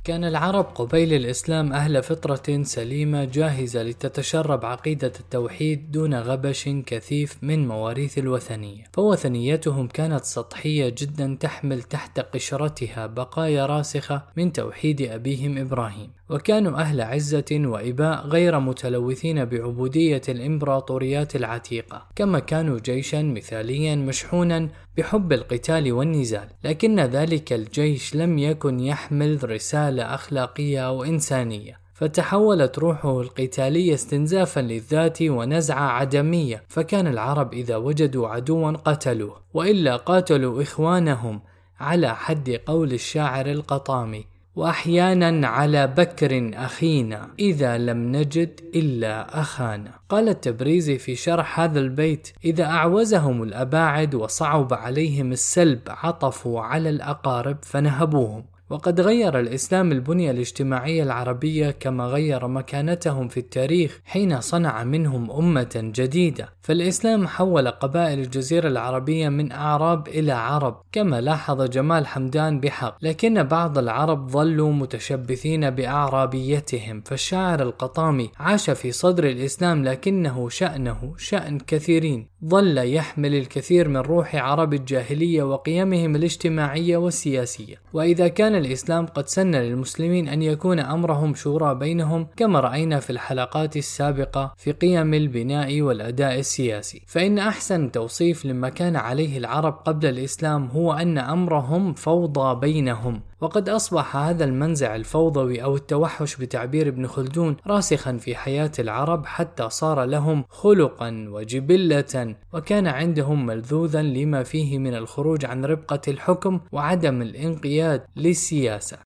كان العرب قبيل الإسلام أهل فطرة سليمة جاهزة لتتشرب عقيدة التوحيد دون غبش كثيف من مواريث الوثنية، فوثنيتهم كانت سطحية جدا تحمل تحت قشرتها بقايا راسخة من توحيد أبيهم إبراهيم، وكانوا أهل عزة وإباء غير متلوثين بعبودية الإمبراطوريات العتيقة، كما كانوا جيشا مثاليا مشحونا بحب القتال والنزال، لكن ذلك الجيش لم يكن يحمل رسالة أخلاقية أو إنسانية، فتحولت روحه القتالية استنزافا للذات ونزعة عدمية، فكان العرب إذا وجدوا عدوا قتلوه، وإلا قاتلوا إخوانهم على حد قول الشاعر القطامي: وأحيانا على بكر أخينا إذا لم نجد إلا أخانا. قال التبريزي في شرح هذا البيت: إذا أعوزهم الأباعد وصعب عليهم السلب عطفوا على الأقارب فنهبوهم. وقد غير الإسلام البنية الاجتماعية العربية كما غير مكانتهم في التاريخ حين صنع منهم أمة جديدة، فالإسلام حول قبائل الجزيرة العربية من أعراب إلى عرب كما لاحظ جمال حمدان بحق، لكن بعض العرب ظلوا متشبثين بأعرابيتهم، فالشاعر القطامي عاش في صدر الإسلام لكنه شأنه شأن كثيرين، ظل يحمل الكثير من روح عرب الجاهلية وقيمهم الاجتماعية والسياسية. وإذا كان الإسلام قد سن للمسلمين أن يكون أمرهم شورى بينهم كما رأينا في الحلقات السابقة في قيم البناء والأداء السياسي، فإن أحسن توصيف لما كان عليه العرب قبل الإسلام هو أن أمرهم فوضى بينهم. وقد أصبح هذا المنزع الفوضوي أو التوحش بتعبير ابن خلدون راسخا في حياة العرب حتى صار لهم خلقا وجبلة، وكان عندهم ملذوذا لما فيه من الخروج عن ربقة الحكم وعدم الانقياد للسياسة.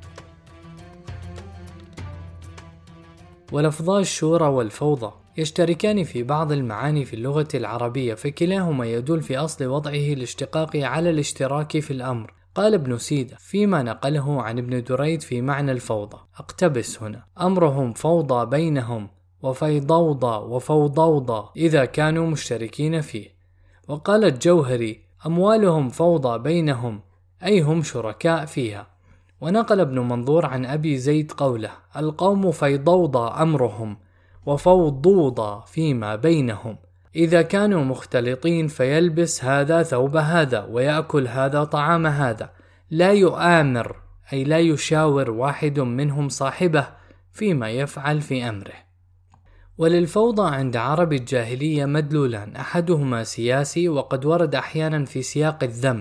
ولفظا الشورى والفوضى يشتركان في بعض المعاني في اللغة العربية، فكلاهما يدل في أصل وضعه الاشتقاق على الاشتراك في الأمر. قال ابن سيدة فيما نقله عن ابن دريد في معنى الفوضى، اقتبس هنا: أمرهم فوضى بينهم وفيضوضى وفوضوضى إذا كانوا مشتركين فيه. وقال الجوهري: أموالهم فوضى بينهم أي هم شركاء فيها. ونقل ابن منظور عن أبي زيد قوله: القوم فيضوضى أمرهم وفوضوضى فيما بينهم إذا كانوا مختلطين، فيلبس هذا ثوب هذا ويأكل هذا طعام هذا، لا يؤامر أي لا يشاور واحد منهم صاحبه فيما يفعل في أمره. وللفوضى عند عرب الجاهلية مدلولان، أحدهما سياسي وقد ورد أحيانا في سياق الذم،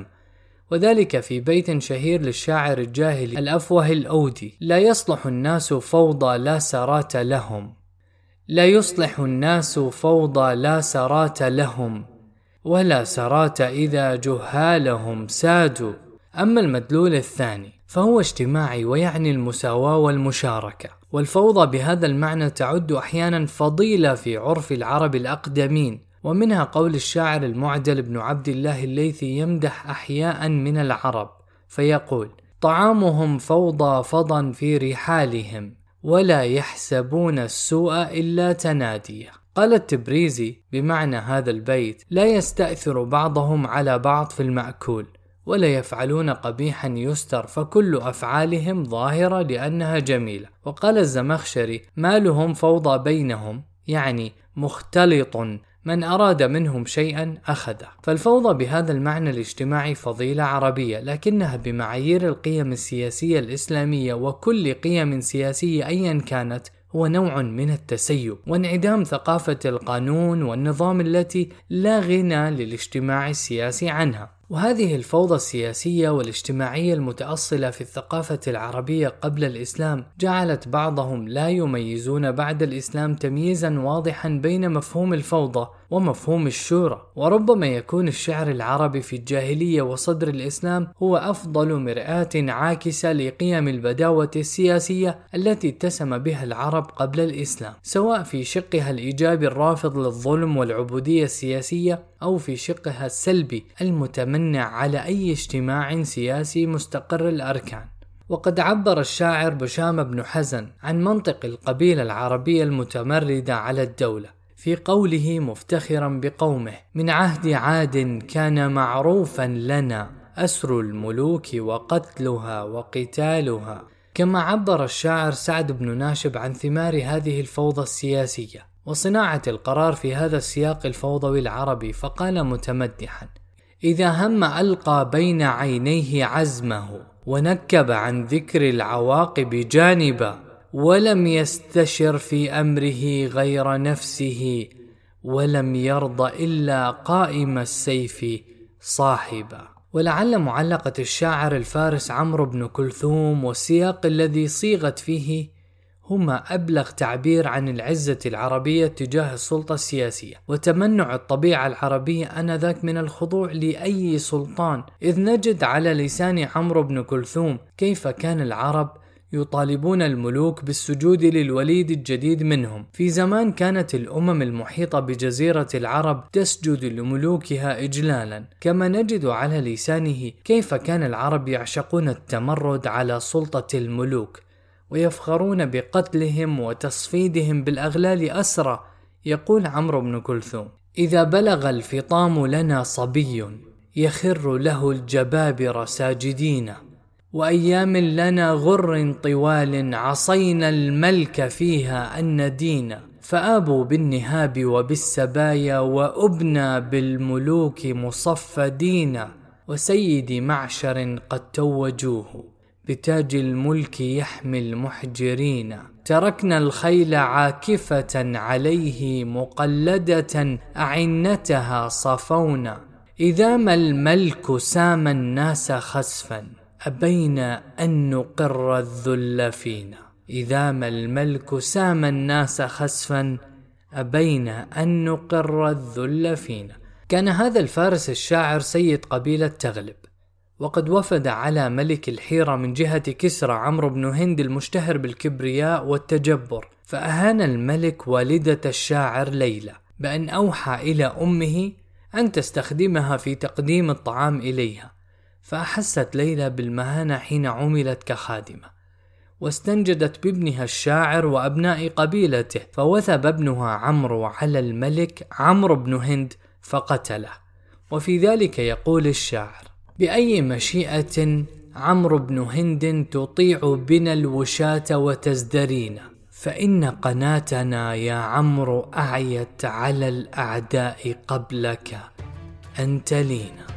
وذلك في بيت شهير للشاعر الجاهلي الأفوه الأودي: لا يصلح الناس فوضى لا سرات لهم، لا يصلح الناس فوضى لا سرات لهم، ولا سرات إذا جهالهم سادوا. أما المدلول الثاني فهو اجتماعي ويعني المساواة والمشاركة، والفوضى بهذا المعنى تعد أحيانا فضيلة في عرف العرب الأقدمين، ومنها قول الشاعر المعدل بن عبد الله الليثي يمدح أحياء من العرب فيقول: طعامهم فوضى فضا في رحالهم ولا يحسبون السوء إلا تناديه. قال التبريزي بمعنى هذا البيت: لا يستأثر بعضهم على بعض في المأكول، ولا يفعلون قبيحا يستر، فكل أفعالهم ظاهرة لأنها جميلة. وقال الزمخشري: مالهم فوضى بينهم يعني مختلط، من أراد منهم شيئا أخذه. فالفوضى بهذا المعنى الاجتماعي فضيلة عربية، لكنها بمعايير القيم السياسية الإسلامية وكل قيم سياسية أيا كانت هو نوع من التسيب وانعدام ثقافة القانون والنظام التي لا غنى للاجتماع السياسي عنها. وهذه الفوضى السياسية والاجتماعية المتأصلة في الثقافة العربية قبل الإسلام جعلت بعضهم لا يميزون بعد الإسلام تمييزا واضحا بين مفهوم الفوضى ومفهوم الشورى. وربما يكون الشعر العربي في الجاهلية وصدر الإسلام هو أفضل مرآة عاكسة لقيم البداوة السياسية التي اتسم بها العرب قبل الإسلام، سواء في شقها الإيجابي الرافض للظلم والعبودية السياسية أو في شقها السلبي المتمنع على أي اجتماع سياسي مستقر الأركان. وقد عبر الشاعر بشام بن حزن عن منطق القبيلة العربية المتمردة على الدولة في قوله مفتخرا بقومه: من عهد عاد كان معروفا لنا أسر الملوك وقتلها وقتالها، كما عبر الشاعر سعد بن ناشب عن ثمار هذه الفوضى السياسية وصناعة القرار في هذا السياق الفوضوي العربي، فقال متمدحا: إذا هم ألقى بين عينيه عزمه ونكب عن ذكر العواقب جانبا، ولم يستشر في أمره غير نفسه، ولم يرض إلا قائم السيف صاحبا. ولعل معلقة الشاعر الفارس عمرو بن كلثوم والسياق الذي صيغت فيه هما أبلغ تعبير عن العزة العربية تجاه السلطة السياسية وتمنع الطبيعة العربية آنذاك من الخضوع لأي سلطان، إذ نجد على لسان عمرو بن كلثوم كيف كان العرب يطالبون الملوك بالسجود للوليد الجديد منهم، في زمان كانت الأمم المحيطة بجزيرة العرب تسجد لملوكها إجلالا. كما نجد على لسانه كيف كان العرب يعشقون التمرد على سلطة الملوك ويفخرون بقتلهم وتصفيدهم بالأغلال أسرى. يقول عمرو بن كلثوم: إذا بلغ الفطام لنا صبي يخر له الجبابر ساجدين، وأيام لنا غر طوال عصينا الملك فيها أن ندين، فآبوا بالنهاب وبالسبايا وأبنى بالملوك مصفدين، وسيد معشر قد توجوه بتاج الملك يحمي المحجرين، تركنا الخيل عاكفة عليه مقلدة أعنتها صفونا، إذا ما الملك سام الناس خسفا أبينا أن نقر الذل فينا، إذا ما الملك سام الناس خسفا أبينا أن نقر الذل فينا. كان هذا الفارس الشاعر سيد قبيلة تغلب، وقد وفد على ملك الحيرة من جهة كسرى عمرو بن هند المشتهر بالكبرياء والتجبر، فأهان الملك والدة الشاعر ليلى بأن أوحى إلى أمه أن تستخدمها في تقديم الطعام إليها، فأحست ليلى بالمهانة حين عملت كخادمة، واستنجدت بابنها الشاعر وأبناء قبيلته، فوثب ابنها عمرو على الملك عمرو بن هند فقتله. وفي ذلك يقول الشاعر: بأي مشيئة عمرو بن هند تطيع بنا الوشاة وتزدرينا، فإن قناتنا يا عمرو أعيت على الأعداء قبلك أن تلينا.